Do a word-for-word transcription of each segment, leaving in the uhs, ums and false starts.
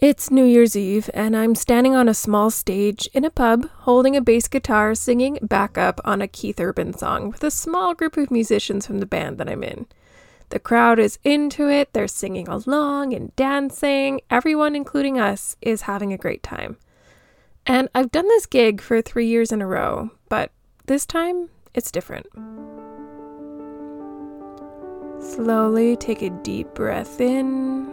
It's New Year's Eve, and I'm standing on a small stage in a pub, holding a bass guitar, singing backup on a Keith Urban song with a small group of musicians from the band that I'm in. The crowd is into it, they're singing along and dancing. Everyone, including us, is having a great time. And I've done this gig for three years in a row, but this time, it's different. Slowly take a deep breath in.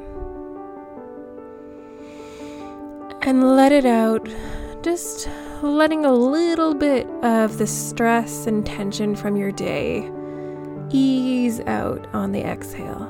And let it out, just letting a little bit of the stress and tension from your day ease out on the exhale.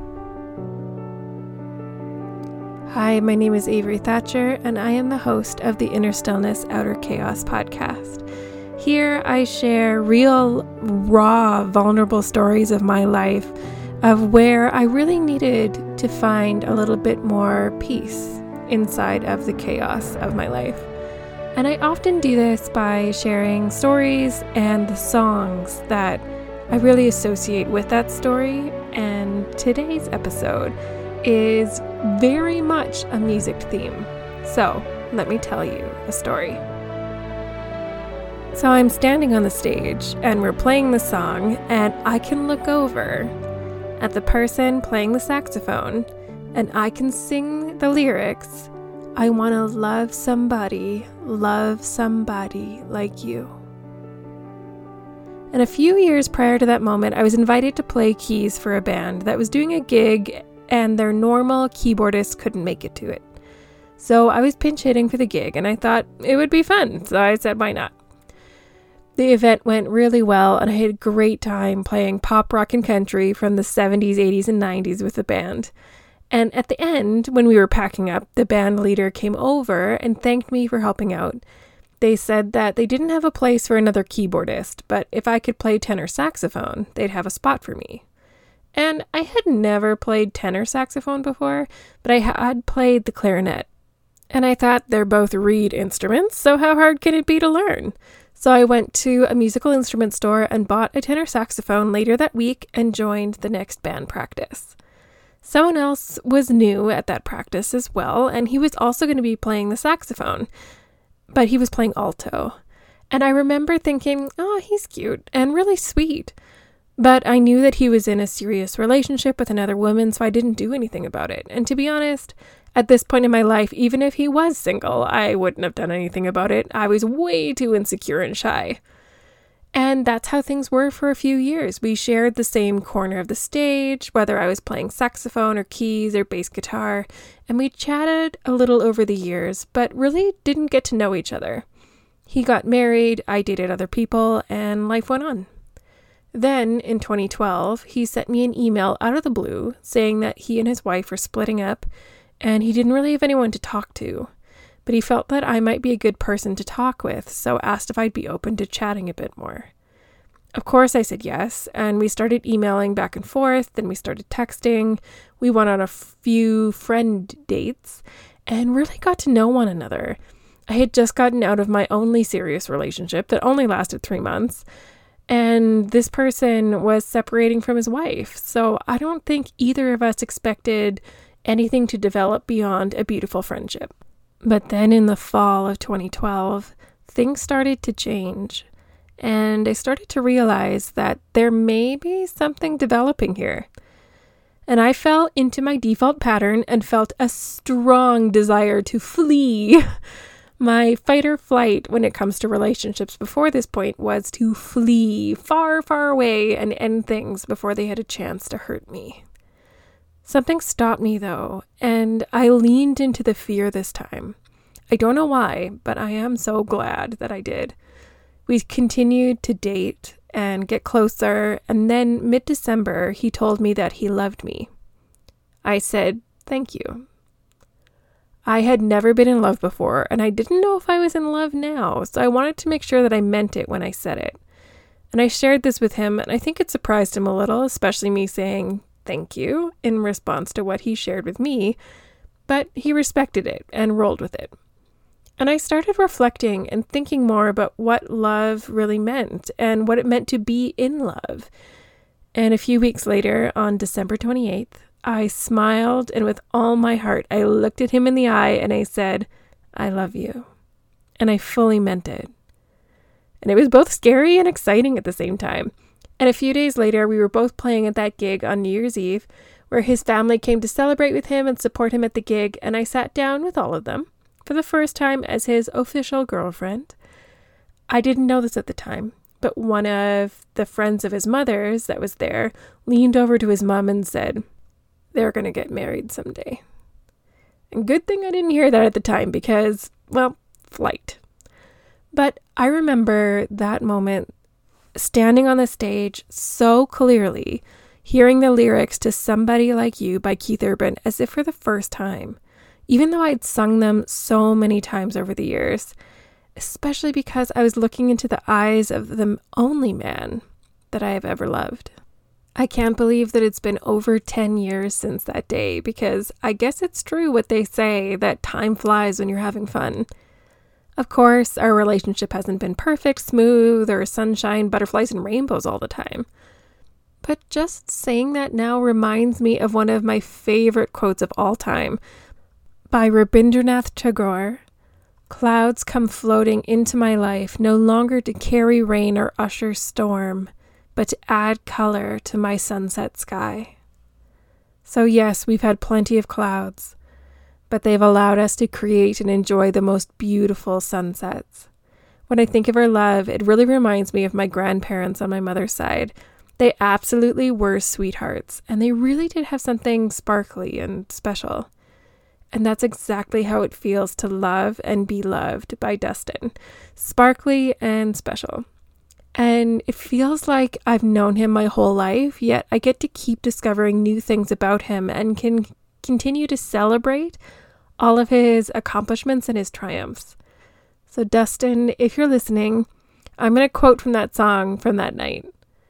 Hi, my name is Avery Thatcher, and I am the host of the Inner Stillness, Outer Chaos podcast. Here I share real, raw, vulnerable stories of my life, of where I really needed to find a little bit more peace inside of the chaos of my life. And I often do this by sharing stories and the songs that I really associate with that story. And today's episode is very much a music theme. So let me tell you a story. So I'm standing on the stage and we're playing the song, and I can look over at the person playing the saxophone and I can sing the lyrics, "I want to love somebody, love somebody like you." And a few years prior to that moment, I was invited to play keys for a band that was doing a gig, and their normal keyboardist couldn't make it to it. So I was pinch hitting for the gig, and I thought it would be fun, so I said, why not? The event went really well, and I had a great time playing pop, rock, and country from the seventies, eighties, and nineties with the band. And at the end, when we were packing up, the band leader came over and thanked me for helping out. They said that they didn't have a place for another keyboardist, but if I could play tenor saxophone, they'd have a spot for me. And I had never played tenor saxophone before, but I had played the clarinet. And I thought they're both reed instruments, so how hard can it be to learn? So I went to a musical instrument store and bought a tenor saxophone later that week and joined the next band practice. Someone else was new at that practice as well, and he was also going to be playing the saxophone, but he was playing alto. And I remember thinking, oh, he's cute and really sweet. But I knew that he was in a serious relationship with another woman, so I didn't do anything about it. And to be honest, at this point in my life, even if he was single, I wouldn't have done anything about it. I was way too insecure and shy. And that's how things were for a few years. We shared the same corner of the stage, whether I was playing saxophone or keys or bass guitar, and we chatted a little over the years, but really didn't get to know each other. He got married, I dated other people, and life went on. Then, in twenty twelve, he sent me an email out of the blue saying that he and his wife were splitting up, and he didn't really have anyone to talk to. But he felt that I might be a good person to talk with, so asked if I'd be open to chatting a bit more. Of course, I said yes, and we started emailing back and forth, then we started texting, we went on a few friend dates, and really got to know one another. I had just gotten out of my only serious relationship that only lasted three months, and this person was separating from his wife, so I don't think either of us expected anything to develop beyond a beautiful friendship. But then in the fall of twenty twelve, things started to change, and I started to realize that there may be something developing here. And I fell into my default pattern and felt a strong desire to flee. My fight or flight when it comes to relationships before this point was to flee far, far away and end things before they had a chance to hurt me. Something stopped me though, and I leaned into the fear this time. I don't know why, but I am so glad that I did. We continued to date and get closer, and then mid-December, he told me that he loved me. I said, thank you. I had never been in love before, and I didn't know if I was in love now, so I wanted to make sure that I meant it when I said it. And I shared this with him, and I think it surprised him a little, especially me saying thank you in response to what he shared with me, but he respected it and rolled with it. And I started reflecting and thinking more about what love really meant and what it meant to be in love. And a few weeks later, on December twenty-eighth, I smiled, and with all my heart, I looked at him in the eye and I said, I love you. And I fully meant it. And it was both scary and exciting at the same time. And a few days later, we were both playing at that gig on New Year's Eve, where his family came to celebrate with him and support him at the gig, and I sat down with all of them for the first time as his official girlfriend. I didn't know this at the time, but one of the friends of his mother's that was there leaned over to his mom and said, they're going to get married someday. And good thing I didn't hear that at the time because, well, flight. But I remember that moment, standing on the stage so clearly, hearing the lyrics to Somebody Like You by Keith Urban as if for the first time, even though I'd sung them so many times over the years, especially because I was looking into the eyes of the only man that I have ever loved. I can't believe that it's been over ten years since that day, because I guess it's true what they say, that time flies when you're having fun. Of course, our relationship hasn't been perfect, smooth, or sunshine, butterflies, and rainbows all the time. But just saying that now reminds me of one of my favorite quotes of all time by Rabindranath Tagore. Clouds come floating into my life, no longer to carry rain or usher storm, but to add color to my sunset sky. So yes, we've had plenty of clouds, but they've allowed us to create and enjoy the most beautiful sunsets. When I think of our love, it really reminds me of my grandparents on my mother's side. They absolutely were sweethearts, and they really did have something sparkly and special. And that's exactly how it feels to love and be loved by Dustin. Sparkly and special. And it feels like I've known him my whole life, yet I get to keep discovering new things about him and can continue to celebrate all of his accomplishments and his triumphs. So Dustin, if you're listening, I'm going to quote from that song from that night.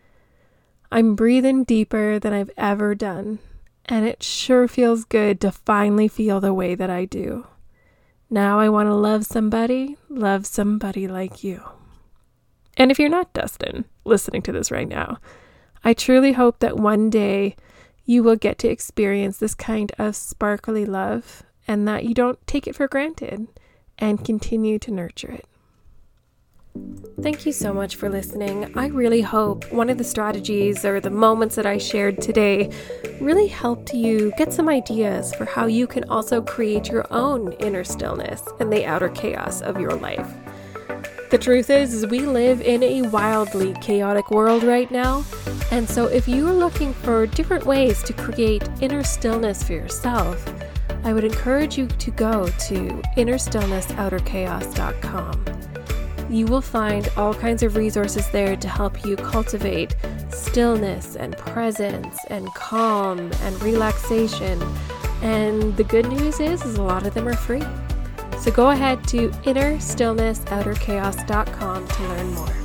I'm breathing deeper than I've ever done, and it sure feels good to finally feel the way that I do. Now I want to love somebody, love somebody like you. And if you're not Dustin, listening to this right now, I truly hope that one day you will get to experience this kind of sparkly love and that you don't take it for granted and continue to nurture it. Thank you so much for listening. I really hope one of the strategies or the moments that I shared today really helped you get some ideas for how you can also create your own inner stillness and the outer chaos of your life. The truth is, is we live in a wildly chaotic world right now, and so if you are looking for different ways to create inner stillness for yourself, I would encourage you to go to inner stillness outer chaos dot com. You will find all kinds of resources there to help you cultivate stillness and presence and calm and relaxation. And the good news is, is a lot of them are free. So go ahead to inner stillness outer chaos dot com to learn more.